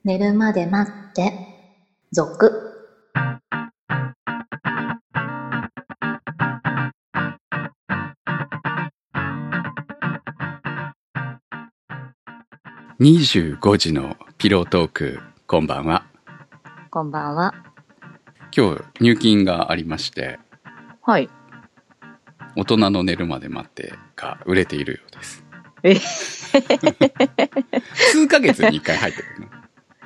寝るまで待って、続。 25時のピロートーク、こんばんは。 こんばんは。 今日入金がありまして、 はい。 大人の寝るまで待ってが売れているようです。数ヶ月に1回入ってくるの。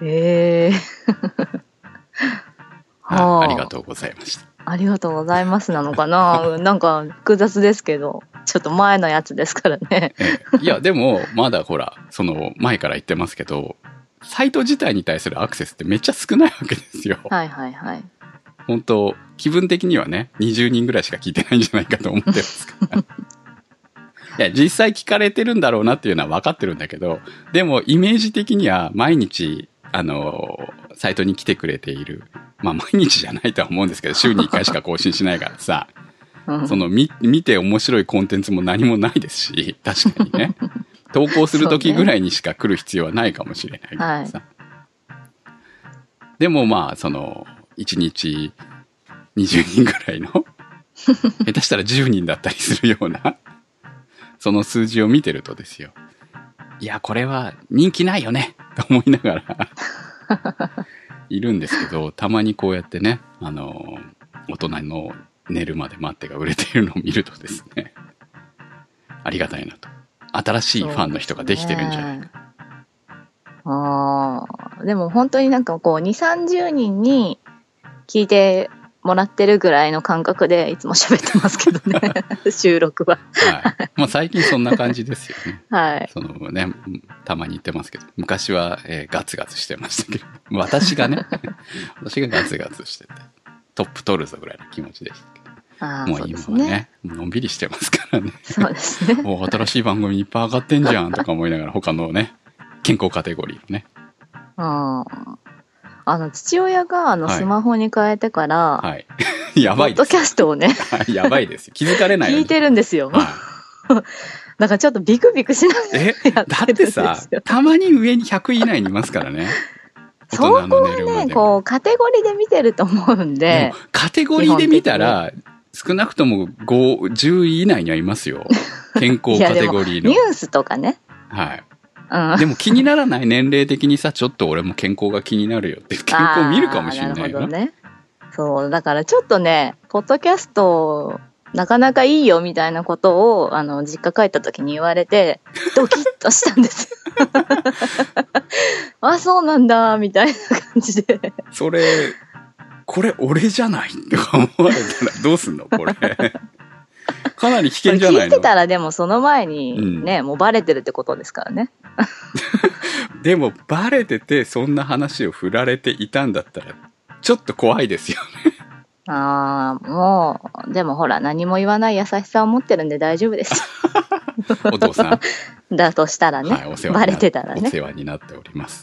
ありがとうございました。 ありがとうございますなのかななんか複雑ですけど、ちょっと前のやつですからね。 いや、でも、まだほら、その前から言ってますけど、サイト自体に対するアクセスってめっちゃ少ないわけですよ。 はいはいはい。 本当気分的にはね、20人ぐらいしか聞いてないんじゃないかと思ってますから。いや、実際聞かれてるんだろうなっていうのは分かってるんだけど、でもイメージ的には毎日、サイトに来てくれている。まあ毎日じゃないとは思うんですけど、週に1回しか更新しないからさ、その見て面白いコンテンツも何もないですし、確かにね。投稿する時ぐらいにしか来る必要はないかもしれないけどさ。はい、でもまあ、その、1日20人ぐらいの、下手したら10人だったりするような、その数字を見てるとですよ。いや、これは人気ないよねと思いながらいるんですけど、たまにこうやってね、大人の寝るまで待ってが売れているのを見るとですね、ありがたいなと。新しいファンの人ができてるんじゃないか。 でも本当になんかこう2、30人に聞いてもらってるぐらいの感覚でいつも喋ってますけどね。収録は。 はい。まあ最近そんな感じですよね。 はい。 そのね、たまに言ってますけど、昔は、ガツガツしてましたけど、私がね、私がガツガツしてて、トップ取るぞぐらいの気持ちでしたけど。もう今はね、のんびりしてますからね。 そうですね。 もう新しい番組いっぱい上がってんじゃんとか思いながら、他のね、健康カテゴリーのね。 父親がスマホに変えてから、 はい。やばいです。 ポッドキャストをね、 やばいですよ。気づかれないように。 聞いてるんですよ。はい。なんかちょっとビクビクしながらやってるんですよ。 だってさ、たまに上に100位以内にいますからね。 そこはね、こう、カテゴリーで見てると思うんで。 でもカテゴリーで見たら、少なくとも5、10位以内にはいますよ。健康カテゴリーの。 ニュースとかね。 はい。でも気にならない年齢的にさ、ちょっと俺も健康が気になるよって健康見るかもしれないよ。なるほどね。 そう、だからちょっとね、ポッドキャスト、なかなかいいよみたいなことを、実家帰った時に言われて、ドキッとしたんですよ。あ、そうなんだ、みたいな感じで。 これ俺じゃないって思われたらどうすんのこれ。かなり危険じゃないの？ 聞いてたらでもその前にね、もうバレてるってことですからね。 でもバレててそんな話を振られていたんだったらちょっと怖いですよね。 もうでもほら何も言わない優しさを持ってるんで大丈夫です。 お父さんだとしたらね、はい、バレてたらね。 お世話になっております。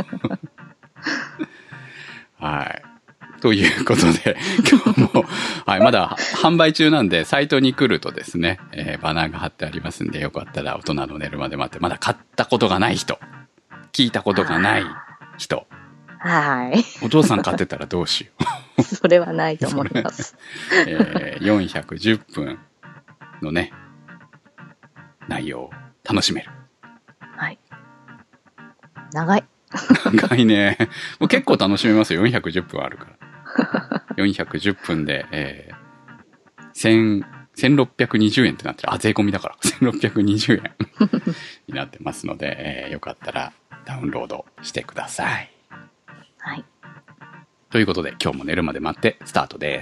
はい。ということで、今日も、はい、まだ販売中なんで、サイトに来るとですね、バナーが貼ってありますんで、よかったら大人の寝るまで待って、まだ買ったことがない人、聞いたことがない人、 はい。 お父さん買ってたらどうしよう。それはないと思います。 410分のね、内容を楽しめる。 はい。長い。 長いね。もう結構楽しめますよ。410分あるから。410分で、1620円ってなってる。税込みだから。1620円になってますので、よかったらダウンロードしてください。 はい。 ということで、今日も寝るまで待ってスタートです。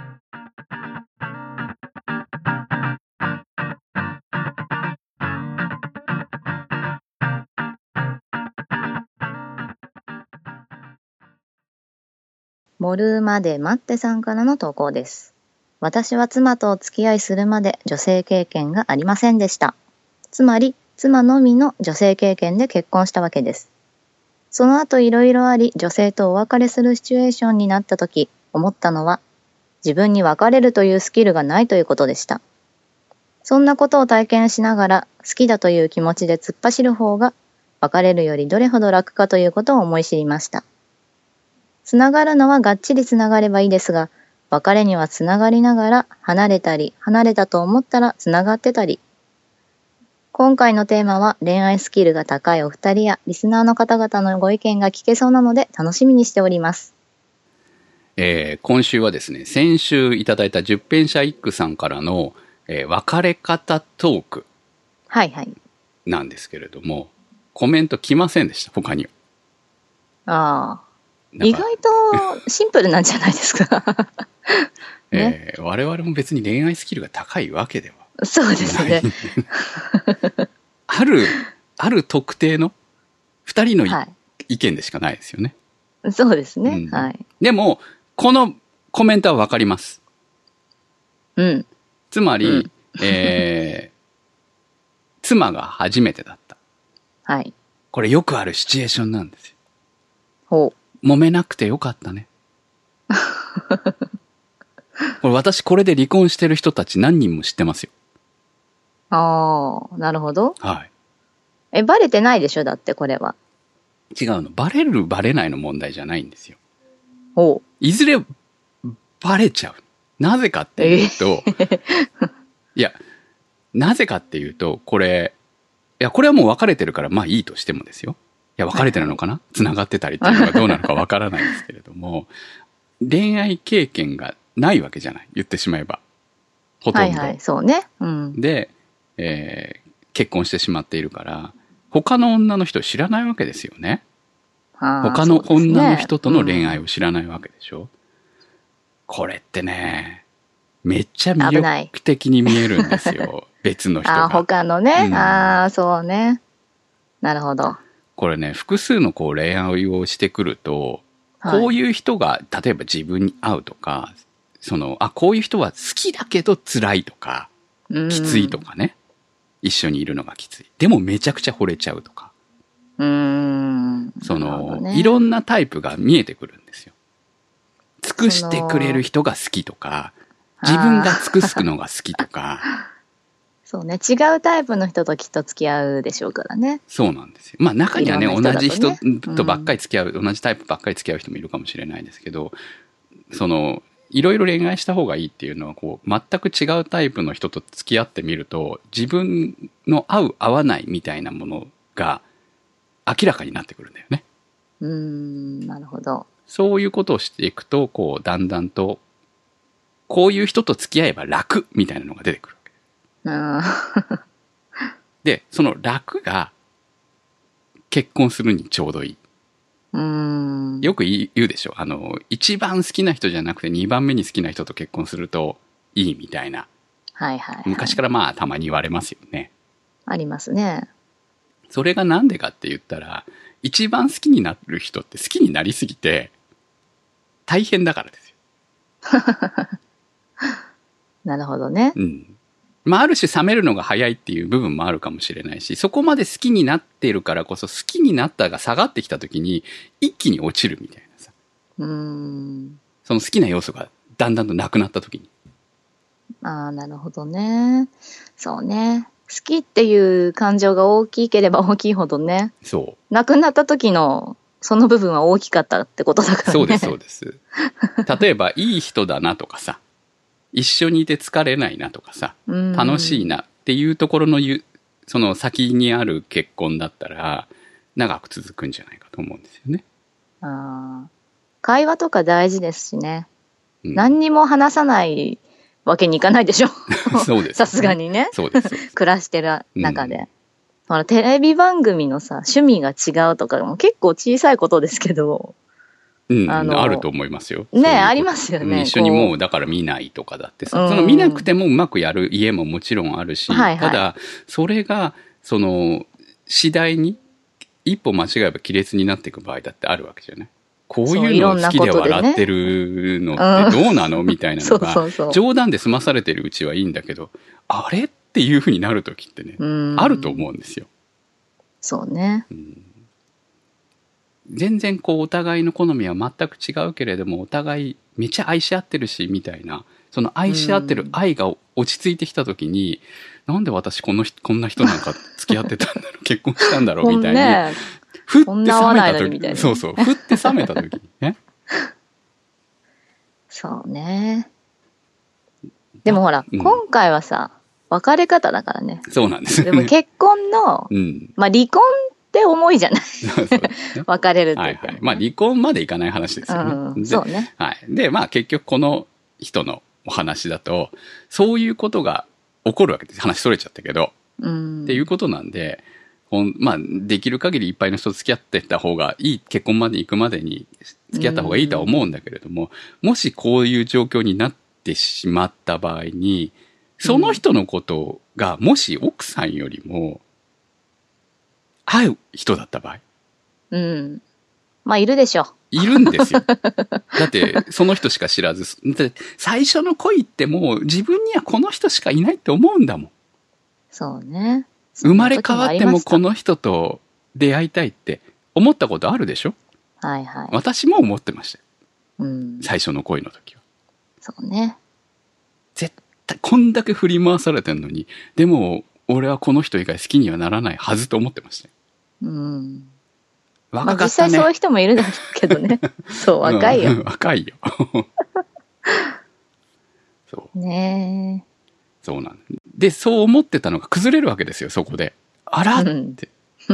モルまで待ってさんからの投稿です。私は妻とお付き合いするまで女性経験がありませんでした。つまり、妻のみの女性経験で結婚したわけです。その後いろいろあり、女性とお別れするシチュエーションになった時、思ったのは、自分に別れるというスキルがないということでした。そんなことを体験しながら、好きだという気持ちで突っ走る方が、 別れるよりどれほど楽かということを思い知りました。つながるのはがっちりつながればいいですが、別れにはつながりながら離れたり、離れたと思ったらつながってたり。今回のテーマは恋愛スキルが高いお二人やリスナーの方々のご意見が聞けそうなので楽しみにしております。 今週はですね、先週いただいた十編者一句さんからの、別れ方トークはいはい。 なんですけれども、コメント来ませんでした、他には。 ああ。意外とシンプルなんじゃないですか、 ね。我々も別に恋愛スキルが高いわけではそうですね。 ある特定の2人の、はい、意見でしかないですよね。 そうですね。はい。 でも、このコメントはわかります。 うん。 つまり、妻が初めてだった。 はい。 これよくあるシチュエーションなんですよ。 ほう。 揉めなくてよかったね。これ私これで離婚してる人たち何人も知ってますよ。 ああ、なるほど。 はい。 バレてないでしょだってこれは。 違うの。バレるバレないの問題じゃないんですよ。 ほう。 いずれバレちゃう。なぜかっていうと、いや、なぜかっていうと、これはもう別れてるからまあいいとしてもですよ。いや、別れてるのかな？繋がってたりっていうのがどうなのかわからないですけれども、恋愛経験がないわけじゃない。言ってしまえば。ほとんど。 はいはい、そうね。うん。 で、結婚してしまっているから、他の女の人を知らないわけですよね。他の女の人との恋愛を知らないわけでしょ。これってね、めっちゃ魅力的に見えるんですよ。別の人が。 他のね。そうね。なるほど。 これね、複数のこう恋愛をしてくると、こういう人が、例えば自分に会うとか、こういう人は好きだけど辛いとか、きついとかね。一緒にいるのがきつい。でもめちゃくちゃ惚れちゃうとか。いろんなタイプが見えてくるんですよ。尽くしてくれる人が好きとか、自分が尽くすのが好きとか。 そうね。違うタイプの人ときっと付き合うでしょうからね。 そうなんですよ。まあ中にはね、同じ人とばっかり付き合う、同じタイプばっかり付き合う人もいるかもしれないですけど、いろいろ恋愛した方がいいっていうのは、こう、全く違うタイプの人と付き合ってみると、自分の合う合わないみたいなものが明らかになってくるんだよね。 なるほど。 そういうことをしていくと、こう、だんだんと、こういう人と付き合えば楽みたいなのが出てくるわけ。で、その楽が結婚するにちょうどいい。よく言うでしょ。一番好きな人じゃなくて二番目に好きな人と結婚するといいみたいな。 はいはい、はい。 昔からまあたまに言われますよね。ありますね。 それがなんでかって言ったら、一番好きになる人って好きになりすぎて大変だからですよ。 なるほどね。 まあ、ある種冷めるのが早いっていう部分もあるかもしれないし、そこまで好きになっているからこそ、好きになったが下がってきた時に、一気に落ちるみたいなさ。その好きな要素がだんだんとなくなった時に。 なるほどね。そうね。好きっていう感情が大きければ大きいほどね。 そう。 なくなった時の、その部分は大きかったってことだからね。 そうです、そうです。例えば、いい人だなとかさ。一緒にいて疲れないなとかさ、楽しいなっていうところのその先にある結婚だったら、長く続くんじゃないかと思うんですよね。 会話とか大事ですしね。何にも話さないわけにいかないでしょ。 そうです。 さすがにね。 そうです。 暮らしてる中で。テレビ番組のさ、趣味が違うとかも結構小さいことですけど、 あると思いますよ。 ね、ありますよね。 一緒にもうだから見ないとかだってさ、その見なくてもうまくやる家ももちろんあるし、ただそれが次第に一歩間違えば亀裂になっていく場合だってあるわけじゃない。こういうのを好きで笑ってるのってどうなのみたいなのが冗談で済まされてるうちはいいんだけど、あれっていう風になる時ってね、あると思うんですよ。 そうね。 全然こうお互いの好みは全く違うけれども、お互いめっちゃ愛し合ってるしみたいな、 その愛し合ってる愛が落ち着いてきた時に、なんで私こんな人なんか付き合ってたんだろう、結婚したんだろうみたいに、 ね、 ふって冷めた時に、 そうそう、ふって冷めた時にね。 そうね。でもほら、今回はさ、別れ方だからね。 そうなんですよね。 でも結婚の、まあ離婚って重いじゃない。別れるって言って、 はいはい。まあ離婚までいかない話ですよね。 そうね。 はい。で、まあ結局この人のお話だと、そういうことが起こるわけです。話それちゃったけど。っていうことなんで、まあできる限りいっぱいの人と付き合ってった方がいい、結婚まで行くまでに付き合った方がいいとは思うんだけれども、もしこういう状況になってしまった場合に、その人のことがもし奥さんよりも会う人だった場合。 まあいるでしょ。 いるんですよ。だってその人しか知らず、最初の恋ってもう自分にはこの人しかいないって思うんだもん。 そうね。 生まれ変わってもこの人と出会いたいって思ったことあるでしょ？ はいはい。 私も思ってましたよ。最初の恋の時は。 そうね。 絶対こんだけ振り回されてんのに、でも俺はこの人以外好きにはならないはずと思ってましたよ。若かったね。 実際そういう人もいるだろうけどね。そう、若いよ。 若いよ。そう。 ねえ。 そうなんで、そう思ってたのが崩れるわけですよ、そこで。あらって。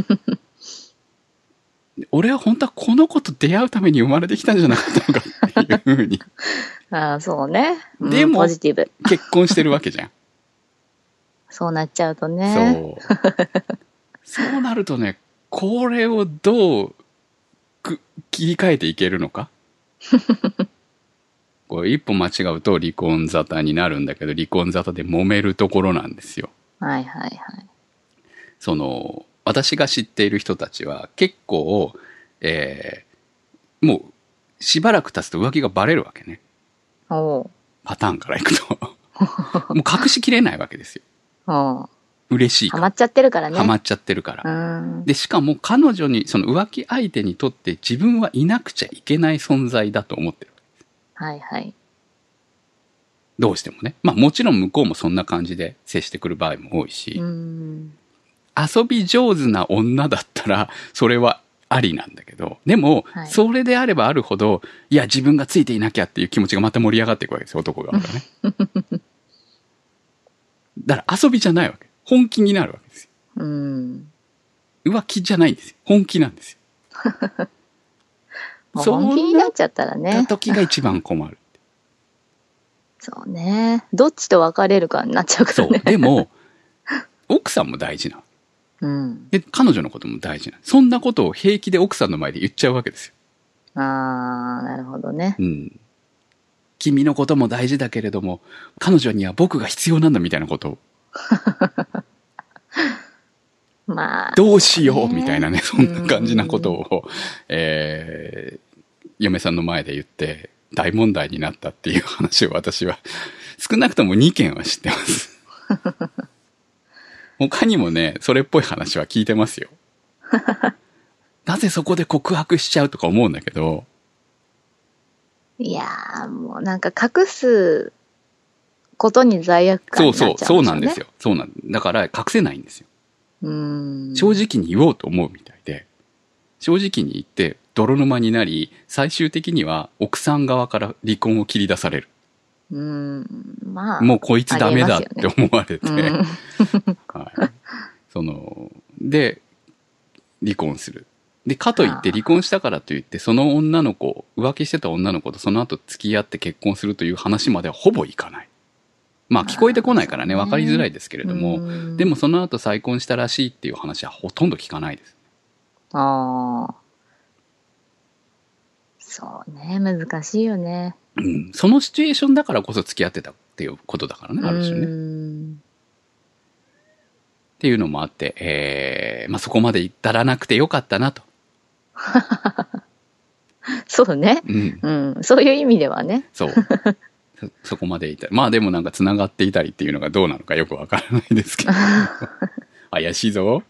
俺は本当はこの子と出会うために生まれてきたんじゃなかったのかっていうふうに。 ああ、そうね。 でも、 ポジティブ。 結婚してるわけじゃん。 そうなっちゃうとね。 そうなるとね、これをどう切り替えていけるのか。これ一歩間違うと離婚沙汰になるんだけど、離婚沙汰で揉めるところなんですよ。 はいはいはい。 私が知っている人たちは結構、もうしばらく経つと浮気がバレるわけね。パターンからいくと。もう隠しきれないわけですよ。嬉しいから。 ハマっちゃってるからね。 ハマっちゃってるから。で、しかも彼女に、その浮気相手にとって自分はいなくちゃいけない存在だと思ってる。 はいはい。 どうしてもね。まあもちろん向こうもそんな感じで接してくる場合も多いし、遊び上手な女だったらそれはありなんだけど、でも、それであればあるほど、いや自分がついていなきゃっていう気持ちがまた盛り上がっていくわけですよ、男側がね。だから遊びじゃないわけ。本気になるわけですよ。浮気じゃないんですよ。本気なんですよ。 本気になっちゃったらね。 そうなった時が一番困る。 そうね。どっちと別れるかになっちゃうからね。 そう。でも、奥さんも大事な。で、彼女のことも大事な。そんなことを平気で奥さんの前で言っちゃうわけですよ。 ああ、なるほどね。 君のことも大事だけれども、彼女には僕が必要なんだみたいなことを。 まあ。 どうしようみたいなね、そんな感じなことを、嫁さんの前で言って大問題になったっていう話を私は少なくとも2件は知ってます。他にもね、それっぽい話は聞いてますよ。なぜそこで告白しちゃうとか思うんだけど。 いやー、もうなんか隠すことに罪悪感になっちゃうんですよね。 そうなんですよ。そうなんだから隠せないんですよ。正直に言おうと思うみたいで、正直に言って泥沼になり、最終的には奥さん側から離婚を切り出される。 まあ。 もうこいつダメだって思われて。で、離婚する。で、かといって離婚したからといって、その女の子、浮気してた女の子とその後付き合って結婚するという話まではほぼいかない。まあ聞こえてこないからね、わかりづらいですけれども、でもその後再婚したらしいっていう話はほとんど聞かないです。 そうね、難しいよね。 そのシチュエーションだからこそ付き合ってたっていうことだからね、ある種ね。っていうのもあって、まあそこまで至らなくてよかったなと。 そうね、そういう意味ではね。 そこまでいた。まあでもなんか繋がっていたりっていうのがどうなのかよくわからないですけど。怪しいぞ。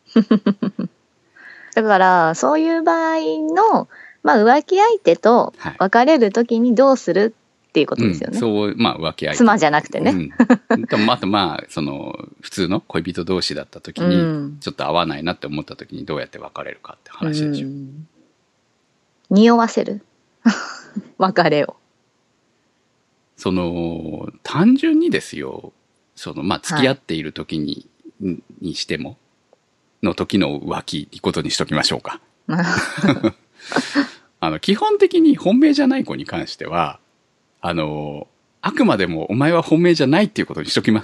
だから、そういう場合の、まあ浮気相手と別れるときにどうするっっていうことですよね。 そう、まあ浮気相手。 妻じゃなくてね。 でもあとまあ、普通の恋人同士だった時に、ちょっと合わないなって思った時にどうやって別れるかって話でしょ。 匂わせる別れを。 単純にですよ、まあ、付き合っている時にしても、の時の浮気ってことにしときましょうか。基本的に本命じゃない子に関しては、あくまでもお前は本命じゃないっていうことにしときます。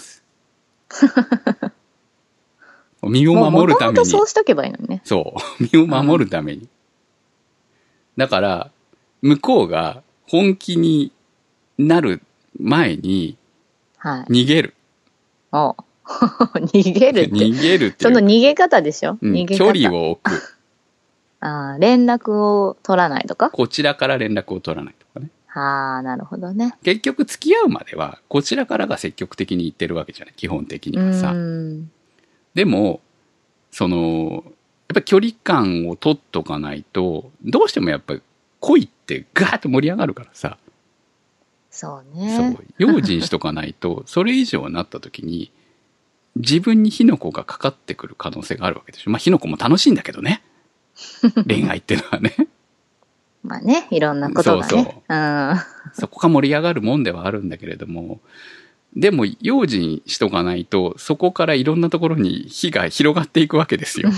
身を守るために。 もともとそうしとけばいいのにね。 そう。身を守るために。だから、向こうが本気になる前に、逃げる。 はい、逃げるって。 逃げるっていう。 その逃げ方でしょ、逃げ方。 距離を置く。 連絡を取らないとか、 こちらから連絡を取らないとかね。 なるほどね。 結局付き合うまでは、こちらからが積極的に言ってるわけじゃない、基本的にはさ。でも、やっぱり距離感を取っとかないと、どうしてもやっぱり恋ってガーッと盛り上がるからさ。 そうね。 そう。用心しとかないと、それ以上になった時に、自分に火の粉がかかってくる可能性があるわけでしょ。まあ火の粉も楽しいんだけどね。恋愛ってのはね。 まあね、いろんなことがね。 そこが盛り上がるもんではあるんだけれども、でも用心しとかないと、そこからいろんなところに火が広がっていくわけですよ。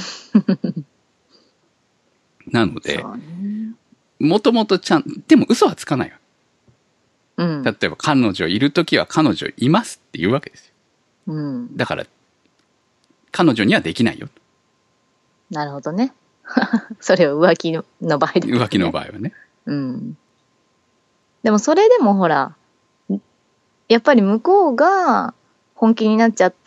なので、もともとでも嘘はつかないわ。例えば彼女いるときは彼女いますって言うわけですよ。だから、彼女にはできないよ。 なるほどね。それを浮気の場合で、ね。 浮気の場合はね。 でもそれでもほら、やっぱり向こうが本気になっちゃって、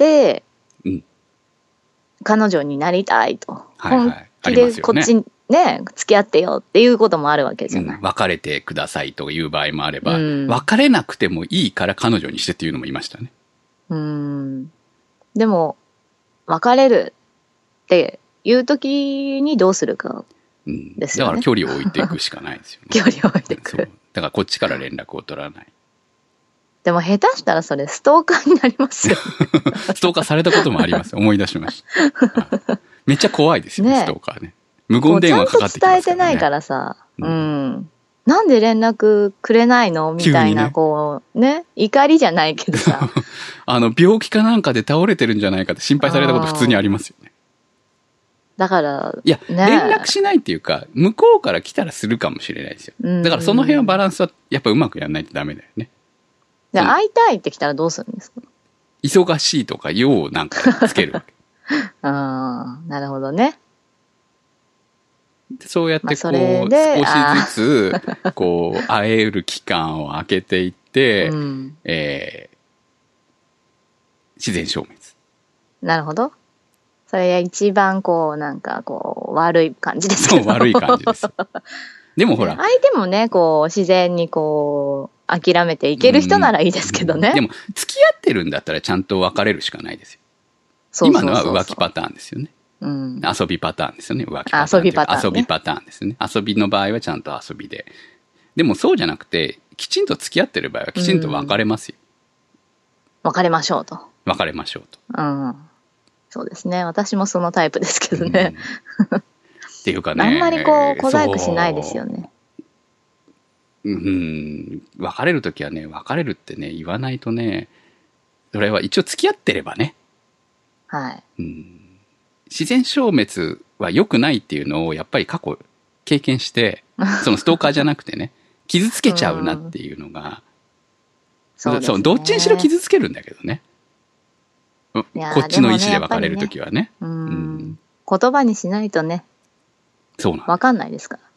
彼女になりたいと。本気でこっちね、付き合ってよっていうこともあるわけじゃない。 別れてくださいという場合もあれば、別れなくてもいいから彼女にしてっていうのもいましたね。 でも、別れるっていう時にどうするかですよね。 だから距離を置いていくしかないですよね。 距離を置いていく。 だからこっちから連絡を取らない。 でも下手したらそれストーカーになりますよ、ね。 ストーカーされたこともあります。思い出しました。めっちゃ怖いですよね、ストーカーね。無言電話かかってきますからね。 ちゃんと伝えてないからさ、なんで連絡くれないのみたいな、こう、ね、怒りじゃないけどさ。 病気かなんかで倒れてるんじゃないかって心配されたこと普通にありますよね。 だから、 いや、連絡しないっていうか、向こうから来たらするかもしれないですよ。だからその辺はバランスはやっぱうまくやらないとダメだよね。 じゃあ会いたいって来たらどうするんですか？ 忙しいとか、用をなんかつけるわけ。 なるほどね。 そうやってこう、少しずつ、こう、会える期間を空けていって、自然消滅。 なるほど。それが一番こう、なんかこう、悪い感じですけど。 そう、悪い感じです。でもほら。 相手もね、こう、自然にこう、諦めていける人ならいいですけどね。 でも、付き合ってるんだったらちゃんと別れるしかないですよ。今のは浮気パターンですよね。遊びパターンですよね。浮気パターン。 遊びパターン、 遊びパターンですね。遊びの場合はちゃんと遊びで。でもそうじゃなくて、きちんと付き合ってる場合はきちんと別れますよ。 別れましょうと。 別れましょうと。 そうですね。私もそのタイプですけどね。 っていうかね。 あんまりこう、小細工しないですよね。 別れるときはね、別れるってね、言わないとね、それは一応付き合ってればね。自然消滅は良くないっていうのをやっぱり過去経験して、そのストーカーじゃなくてね、傷つけちゃうなっていうのが、そう、どっちにしろ傷つけるんだけどね。こっちの意思で別れるときはね。 言葉にしないとね。 そうなんです。 わかんないですから。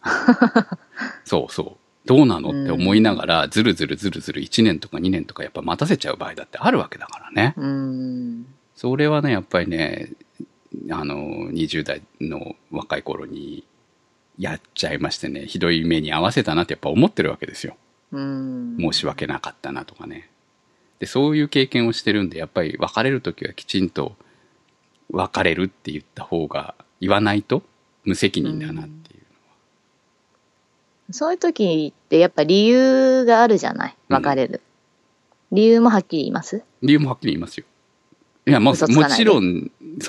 そうそう。どうなのって思いながら、ずるずる1年とか2年とかやっぱ待たせちゃう場合だってあるわけだからね。それはね、やっぱりね、20代の若い頃にやっちゃいましてね、ひどい目に遭わせたなってやっぱ思ってるわけですよ。申し訳なかったなとかね。で、そういう経験をしてるんで、やっぱり別れるときはきちんと別れるって言った方が、言わないと無責任だなっていうそういう時ってやっぱ理由があるじゃない、別れる。理由もはっきり言います？ 理由もはっきり言いますよ。いや、まあ、もちろん、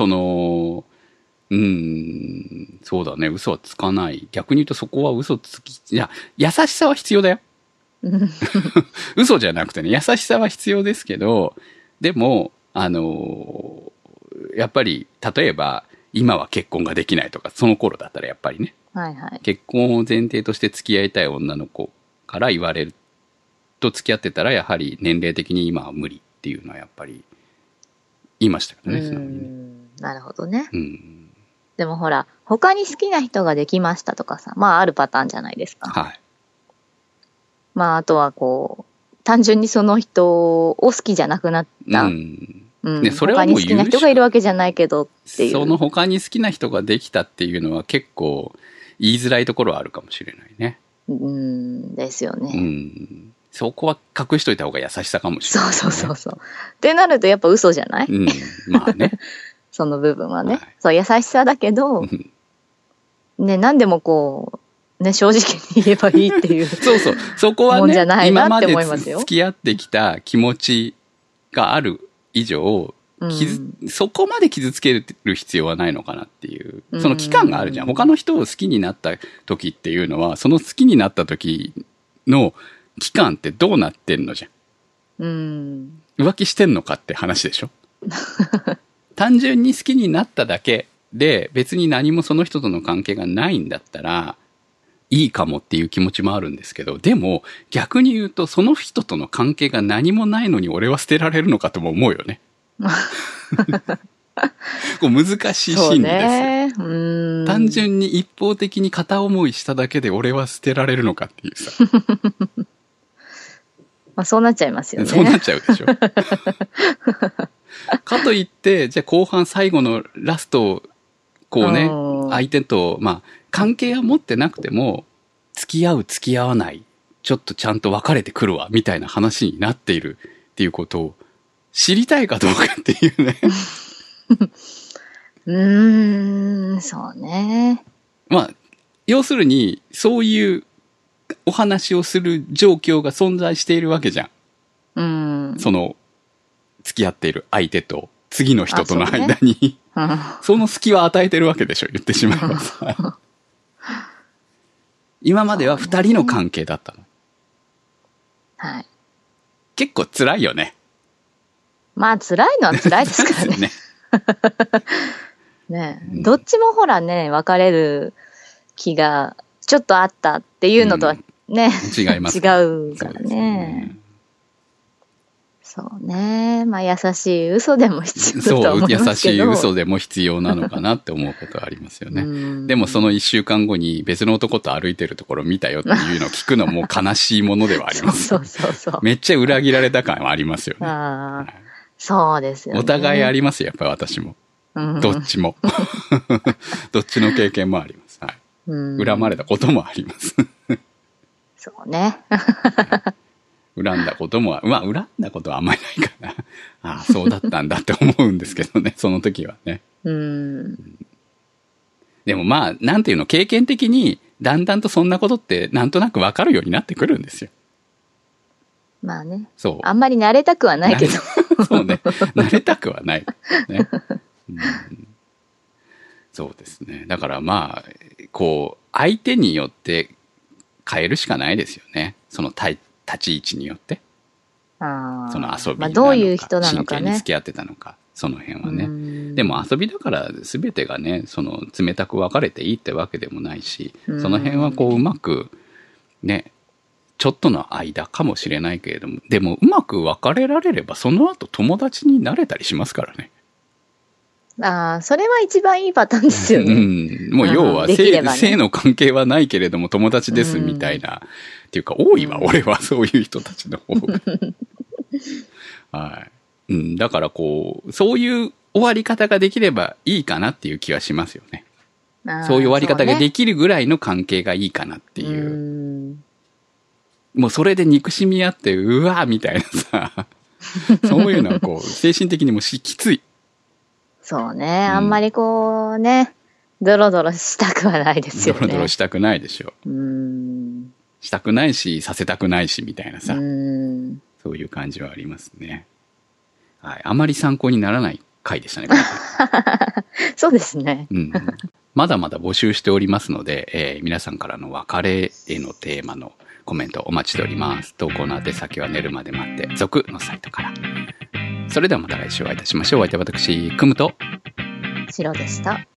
そうだね、嘘はつかない。逆に言うとそこは嘘つき、いや、優しさは必要だよ。嘘じゃなくてね、優しさは必要ですけど、でも、やっぱり、例えば、今は結婚ができないとか、その頃だったらやっぱりね、 はいはい。 結婚を前提として付き合いたい女の子から言われると付き合ってたら、やはり年齢的に今は無理っていうのはやっぱり言いましたけどね、素直にね。 なるほどね。 うん。 でもほら、他に好きな人ができましたとかさ、まああるパターンじゃないですか。 はい。 まああとはこう、単純にその人を好きじゃなくなった。 ね、それはもう他に好きな人がいるわけじゃないけどっていう。 その他に好きな人ができたっていうのは結構言いづらいところはあるかもしれないね。 ですよね。 そこは隠しといた方が優しさかもしれない、ね。 そう。ってなるとやっぱ嘘じゃない？ まあね。 その部分はね。はい、そう、優しさだけど、ね、何でもこう、ね、正直に言えばいいっていう。 そう。そこはね、 もんじゃないなって思い今まますよ。 で付き合ってきた気持ちがある以上、そこまで傷つける必要はないのかなっていう、その期間があるじゃん。他の人を好きになった時っていうのは、その好きになった時の期間ってどうなってんのじゃん。浮気してんのかって話でしょ。単純に好きになっただけで、別に何もその人との関係がないんだったら、いいかもっていう気持ちもあるんですけど、でも逆に言うとその人との関係が何もないのに俺は捨てられるのかとも思うよね。こう難しいシーンですよ。単純に一方的に片思いしただけで俺は捨てられるのかっていうさ。 まあそうなっちゃいますよね。 そうなっちゃうでしょ。かといって、じゃあ後半最後のラストをこうね、相手と、まあ関係は持ってなくても、付き合う付き合わない、ちょっとちゃんと別れてくるわ、みたいな話になっているっていうことを知りたいかどうかっていうね。そうね。 まあ、要するに、そういうお話をする状況が存在しているわけじゃん。その、付き合っている相手と次の人との間に、その隙は与えてるわけでしょ、言ってしまえばさ。今までは二人の関係だったの。 はい。 結構辛いよね。 まあ辛いのは辛いですからね。ね、どっちもほらね、別れる気がちょっとあったっていうのとはね、 違います。 違うからね。そうね。まあ優しい嘘でも必要だと思いますけど。 そう、優しい嘘でも必要なのかなって思うことはありますよね。でもその一週間後に別の男と歩いてるところを見たよっていうのを聞くのも悲しいものではあります。 そう。 めっちゃ裏切られた感はありますよね。 そうですよね。 お互いありますよ、やっぱり私も。どっちも。どっちの経験もあります。はい。恨まれたこともあります。 そうね。 恨んだことも、まあ、恨んだことはあんまりないかな。ああ、そうだったんだって思うんですけどね、その時はね。でもまあ、なんていうの、経験的に、だんだんとそんなことって、なんとなくわかるようになってくるんですよ。 まあね。 そう。 あんまり慣れたくはないけど。 そうね。慣れたくはない。ね。そうですね。だからまあ、こう、相手によって変えるしかないですよね。その立ち位置によって。その遊びなのか、 どういう人なのかね。 真剣に付き合ってたのか、その辺はね。でも遊びだから全てがね、その冷たく別れていいってわけでもないし、その辺はこううまく、ね、ちょっとの間かもしれないけれども、でもうまく別れられればその後友達になれたりしますからね。 それは一番いいパターンですよね。 もう要は性の関係はないけれども友達ですみたいな、っていうか多いわ、俺はそういう人たちの方が。はい。だからこう、そういう終わり方ができればいいかなっていう気はしますよね。そういう終わり方ができるぐらいの関係がいいかなっていう。もうそれで憎しみ合って、うわーみたいなさ、そういうのはこう、精神的にもきつい。 そうね。あんまりこうね、ドロドロしたくはないですよね。 ドロドロしたくないでしょ。 したくないし、させたくないし、みたいなさ。 そういう感じはありますね。はい。あまり参考にならない回でしたね、今回。 そうですね。 まだまだ募集しておりますので、皆さんからの別れへのテーマのコメントお待ちしております。投稿の宛先は寝るまで待って、続のサイトから。それではまた来週お会いいたしましょう。お相手は私、くむと、 白でした。